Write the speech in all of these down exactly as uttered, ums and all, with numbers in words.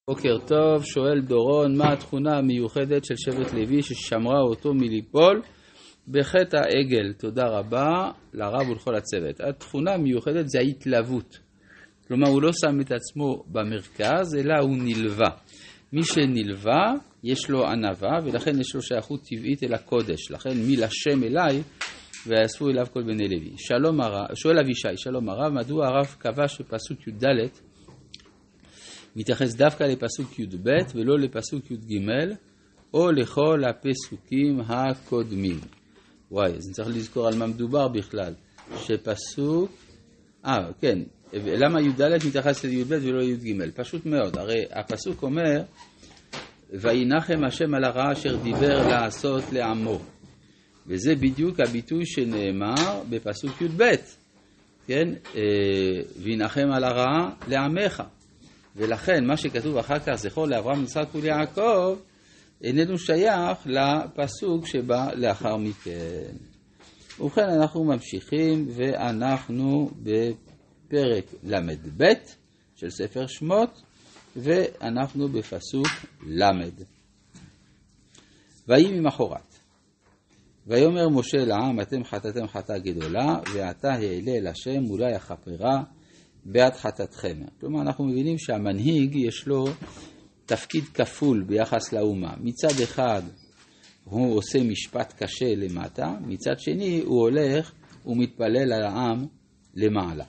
בוקר טוב, שואל דורון, מה התכונה המיוחדת של שבט לוי ששמרה אותו מליפול בחטא העגל? תודה רבה לרב ולכל הצוות. התכונה המיוחדת זה ההתלהבות. כלומר, הוא לא שם את עצמו במרכז, אלא הוא נלווה. מי שנלווה, יש לו ענווה, ולכן יש לו שייכות טבעית אל הקודש. לכן מי לשם אליי, ויאספו אליו כל בני לוי. שלום הרב, שואל אבישי, שלום הרב, מדוע הרב קבע שפסוק י"ד מתייחס דווקא לפסוק י"ב ולא לפסוק י"ג, או לכל הפסוקים הקודמים? וואי, אז צריך לזכור על מה מדובר בכלל. שפסוק, אה, כן, למה י"ד מתייחס לי"ב ולא לי"ג? פשוט מאוד, הרי הפסוק אומר, וינחם השם על הרעה אשר דיבר לעשות לעמו. וזה בדיוק הביטוי שנאמר בפסוק י"ב, כן? וינחם על הרעה לעמך. ולכן מה שכתוב אחר כך, זכור לאברהם, יצחק וליעקב, איננו שייך לפסוק שבא לאחר מכן. ובכן אנחנו ממשיכים, ואנחנו בפרק למד ב' של ספר שמות, ואנחנו בפסוק למד. ויהי ממחרת, ויאמר משה לעם, אתם חטאתם חטאה גדולה, ועתה העלה אל השם מולי הכפרה בעד חטאתכם. כלומר, אנחנו מבינים שהמנהיג יש לו תפקיד כפול ביחס לאומה. מצד אחד הוא עושה משפט קשה למטה, מצד שני הוא הולך ומתפלל על העם למעלה.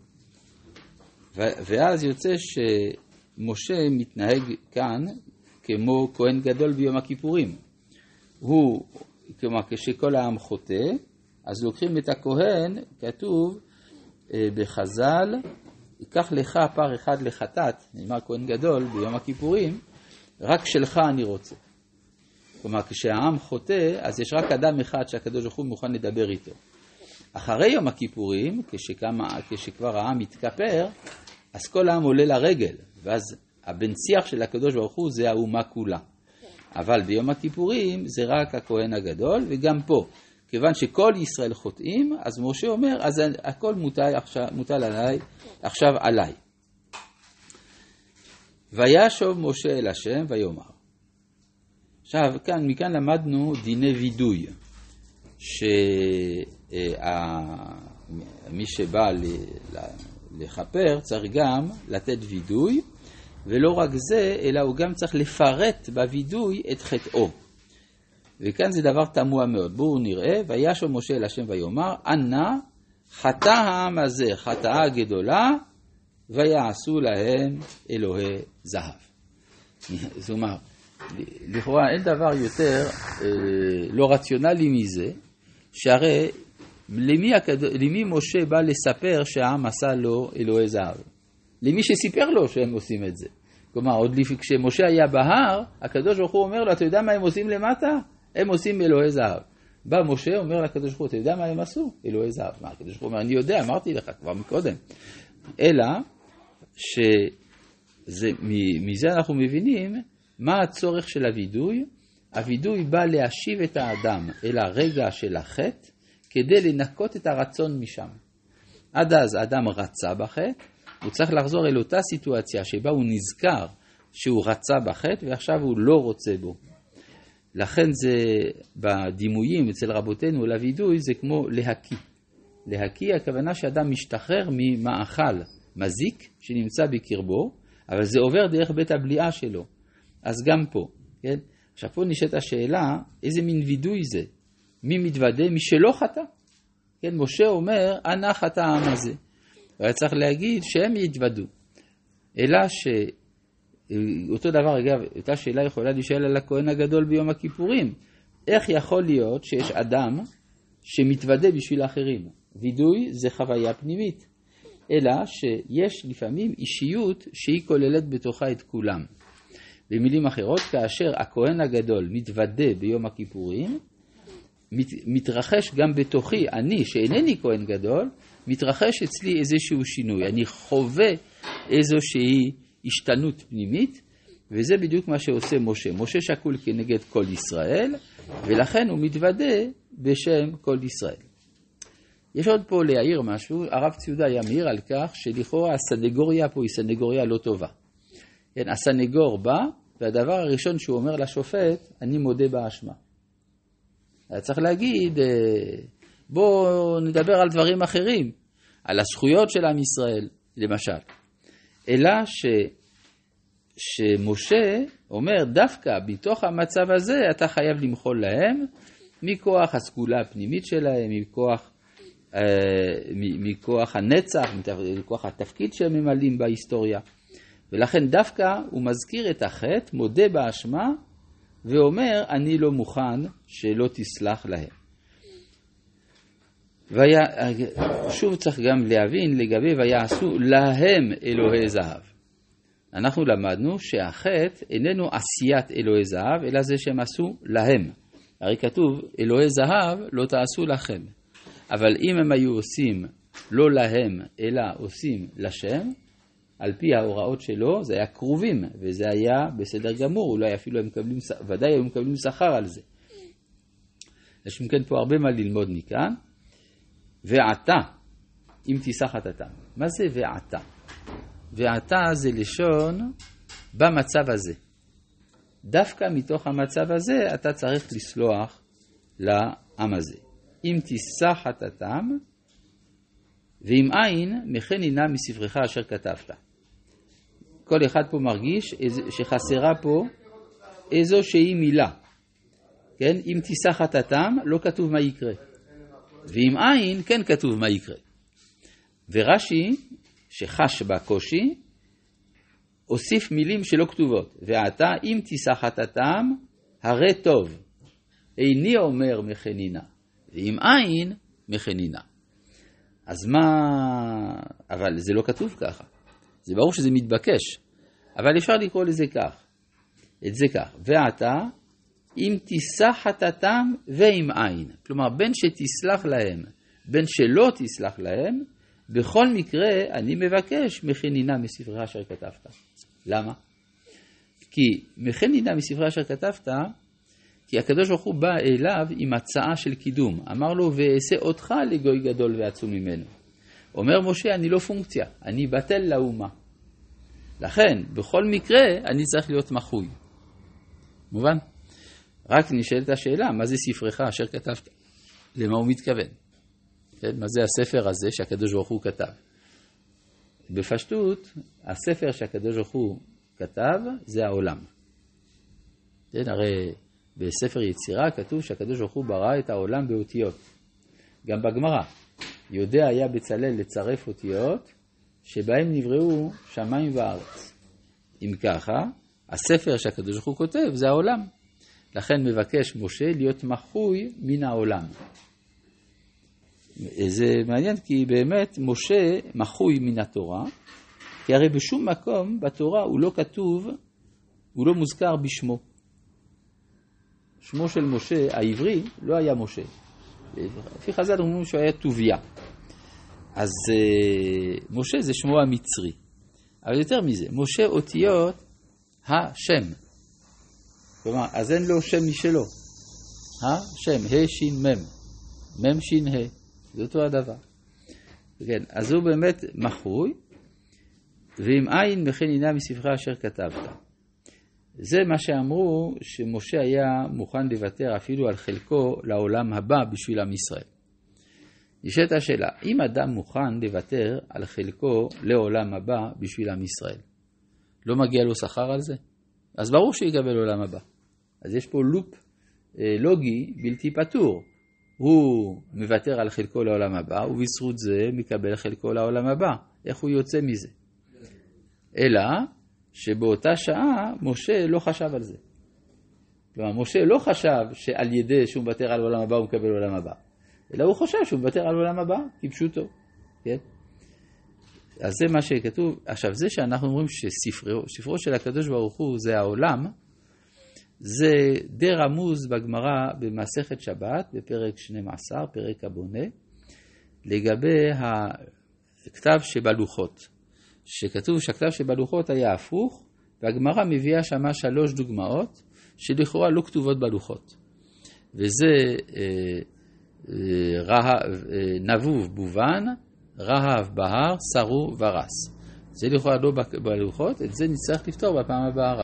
ואז יוצא שמשה מתנהג כאן כמו כהן גדול ביום הכיפורים. הוא, כלומר, כשכל העם חוטא, אז לוקחים את הכהן, כתוב בחז"ל, ייקח לך פר אחד לחטאת, נאמר כהן גדול ביום הכיפורים, רק שלך אני רוצה. כלומר, כשהעם חוטא, אז יש רק אדם אחד שהקדוש ברוך הוא מוכן לדבר איתו. אחרי יום הכיפורים, כשכמה, כשכבר העם מתכפר, אז כל העם עולה לרגל, ואז הבן שיח של הקדוש ברוך הוא זה האומה כולה. אבל ביום הכיפורים זה רק הכהן הגדול, וגם פה, כיוון שכל ישראל חוטאים, אז משה אומר, אז הכל מוטל, עכשיו, מוטל עליי, עכשיו עליי. וישוב משה אל השם ויאמר. עכשיו, כאן, מכאן למדנו דיני וידוי, שמי שבא לחפר צריך גם לתת וידוי, ולא רק זה, אלא הוא גם צריך לפרט בוידוי את חטאו. וכאן זה דבר תמוה מאוד. בואו נראה, וישוב משה אל השם ויאמר, אנא חטא העם הזה חטאה גדולה, ויעשו להם אלוהי זהב. זאת אומרת, לכאורה אין דבר יותר אה, לא רציונלי מזה, שהרי למי, הקד... למי משה בא לספר שהעם עשה לו אלוהי זהב? למי שסיפר לו שהם עושים את זה. כלומר, עוד לפי, כשמשה היה בהר, הקדוש ברוך הוא אומר לו, אתה יודע מה הם עושים למטה? הם עושים אלוהי זהב. בא משה, אומר לקדוש ברוך הוא, אתה יודע מה הם עשו? אלוהי זהב. מה, הקדוש ברוך הוא אומר, אני יודע, אמרתי לך כבר מקודם. אלא, שמזה אנחנו מבינים, מה הצורך של הוידוי? הוידוי בא להשיב את האדם אל הרגע של החטא, כדי לנקות את הרצון משם. עד אז האדם רצה בחטא, הוא צריך לחזור אל אותה סיטואציה שבה הוא נזכר שהוא רצה בחטא, ועכשיו הוא לא רוצה בו. לכן זה בדימויים אצל רבותינו לוידוי זה כמו להקיא. להקיא הכוונה שאדם משתחרר ממאכל מזיק שנמצא בקרבו, אבל זה עובר דרך בית הבליעה שלו. אז גם פה, כן? עכשיו פה נשאלת השאלה, איזה מין וידוי זה? מי מתוודה? מי שלא חטא. כן, משה אומר, אנא חטא העם הזה. אבל צריך להגיד שהם יתוודו. אלא ש... אותו דבר, אגב, אותה שאלה יכולה להישאל על הכהן הגדול ביום הכיפורים. איך יכול להיות שיש אדם שמתוודה בשביל האחרים? וידוי זה חוויה פנימית. אלא שיש לפעמים אישיות שהיא כוללת בתוכה את כולם. במילים אחרות, כאשר הכהן הגדול מתוודה ביום הכיפורים, מת, מתרחש גם בתוכי, אני שאינני כהן גדול, מתרחש אצלי איזשהו שינוי. אני חווה איזושהי השתנות פנימית, וזה בדיוק מה שעושה משה. משה שקול כנגד כל ישראל, ולכן הוא מתוודה בשם כל ישראל. יש עוד פה להעיר משהו, הרב ציודה היה מעיר על כך שלכאורה הסנגוריה פה היא סנגוריה לא טובה. כן, הסנגור בא, והדבר הראשון שהוא אומר לשופט, אני מודה באשמה. היה צריך להגיד, בואו נדבר על דברים אחרים, על הזכויות של עם ישראל, למשל. אלא ש, שמשה אומר, דווקא בתוך המצב הזה, אתה חייב למחול להם, מכוח הסגולה הפנימית שלהם, מכוח, אה, מכוח הנצח, מכוח התפקיד שהם ממלאים בהיסטוריה. ולכן דווקא הוא מזכיר את החטא, מודה באשמה, ואומר, אני לא מוכן שלא תסלח להם. ויה, שוב צריך גם להבין לגבי ויעשו להם אלוהי זהב. אנחנו למדנו שהחטא איננו עשיית אלוהי זהב, אלא זה שהם עשו להם. הרי כתוב, אלוהי זהב לא תעשו לכם. אבל אם הם היו עושים לא להם, אלא עושים לשם, על פי ההוראות שלו, זה היה קרובים, וזה היה בסדר גמור, אולי אפילו הם מקבלים, ודאי הם מקבלים שכר על זה. יש מכן פה הרבה מה ללמוד מכאן. ועתה, אם תיסח חטאתם. מה זה ועתה? ועתה זה לשון במצב הזה. דווקא מתוך המצב הזה, אתה צריך לסלוח לעם הזה. אם תיסח חטאתם, ואם אין, מכן הנה מספרך אשר כתבת. כל אחד פה מרגיש שחסרה פה איזו שהיא מילה. כן? אם תיסח חטאתם, לא כתוב מה יקרה. ואם אין, כן כתוב מה יקרה. ורש"י, שחש בקושי, הוסיף מילים שלא כתובות. ועתה, אם תיסח חטאתם, הרי טוב. איני אומר מכנינה. ואם אין, מכנינה. אז מה... אבל זה לא כתוב ככה. זה ברור שזה מתבקש. אבל אפשר לקרוא לזה כך. את זה כך. ועתה, אם תיסח חטאתם ואם אין. כלומר, בין שתסלח להם, בין שלא תסלח להם, בכל מקרה אני מבקש מכנינה מספרך אשר כתבת. למה? כי מכנינה מספרך אשר כתבת, כי הקדוש ברוך הוא בא אליו עם הצעה של קידום. אמר לו, ואעשה אותך לגוי גדול ועצום ממנו. אומר משה, אני לא פונקציה, אני בטל לאומה. לכן, בכל מקרה, אני צריך להיות מחוי. מובן? רק נשאלת השאלה, מה זה ספרך אשר כתבת? למה הוא מתכוון? כן? מה זה הספר הזה שהקדוש ברוך הוא כתב? בפשטות, הספר שהקדוש ברוך הוא כתב, זה העולם. כן? הרי בספר יצירה כתוב שהקדוש ברוך הוא ברא את העולם באותיות. גם בגמרא, יודע היה בצלאל לצרף אותיות, שבהם נבראו שמיים וארץ. אם ככה, הספר שהקדוש ברוך הוא כותב זה העולם. לכן מבקש משה להיות מחוי מן העולם. זה מעניין כי באמת משה מחוי מן התורה, כי הרי בשום מקום בתורה הוא לא כתוב, הוא לא מוזכר בשמו. שמו של משה העברי לא היה משה. לפי חז"ל אומרים שהוא היה טוביה. אז משה זה שמו המצרי. אבל יותר מזה, משה אותיות השם. כלומר, אז אין לו שם משלו. השם, ה' שין מם. מם שין ה'. זה אותו הדבר. כן, אז הוא באמת מחוי, ואם אין מכן הנה מספרך אשר כתבת. זה מה שאמרו שמשה היה מוכן לוותר אפילו על חלקו לעולם הבא בשביל עם ישראל. נשאלת השאלה, אם אדם מוכן לוותר על חלקו לעולם הבא בשביל עם ישראל, לא מגיע לו שכר על זה? אז ברור שיקבל עולם הבא. אז יש פה לופ אה, לוגי בלתי פתור. הוא מוותר על חלקו לעולם הבא, ובזכות זה מקבל חלקו לעולם הבא. איך הוא יוצא מזה? אלא שבאותה שעה משה לא חשב על זה. כלומר, משה לא חשב שעל ידי שהוא מוותר על עולם הבא הוא מקבל עולם הבא. אלא הוא חושב שהוא מוותר על עולם הבא, כפשוטו. כן? אז זה מה שכתוב. עכשיו, זה שאנחנו אומרים שספרו ספרו של הקדוש ברוך הוא זה העולם, זה די רמוז בגמרא במסכת שבת, בפרק שנים עשר, פרק הבונה, לגבי הכתב שבלוחות. שכתוב שהכתב שבלוחות היה הפוך, והגמרא מביאה שמה שלוש דוגמאות, שלכאורה לא כתובות בלוחות. וזה אה, אה, רהב, אה, נבוב בובן, רהב בהר, שרו ורס. זה לכאורה לא בלוחות, את זה נצטרך לפתור בפעם הבאה.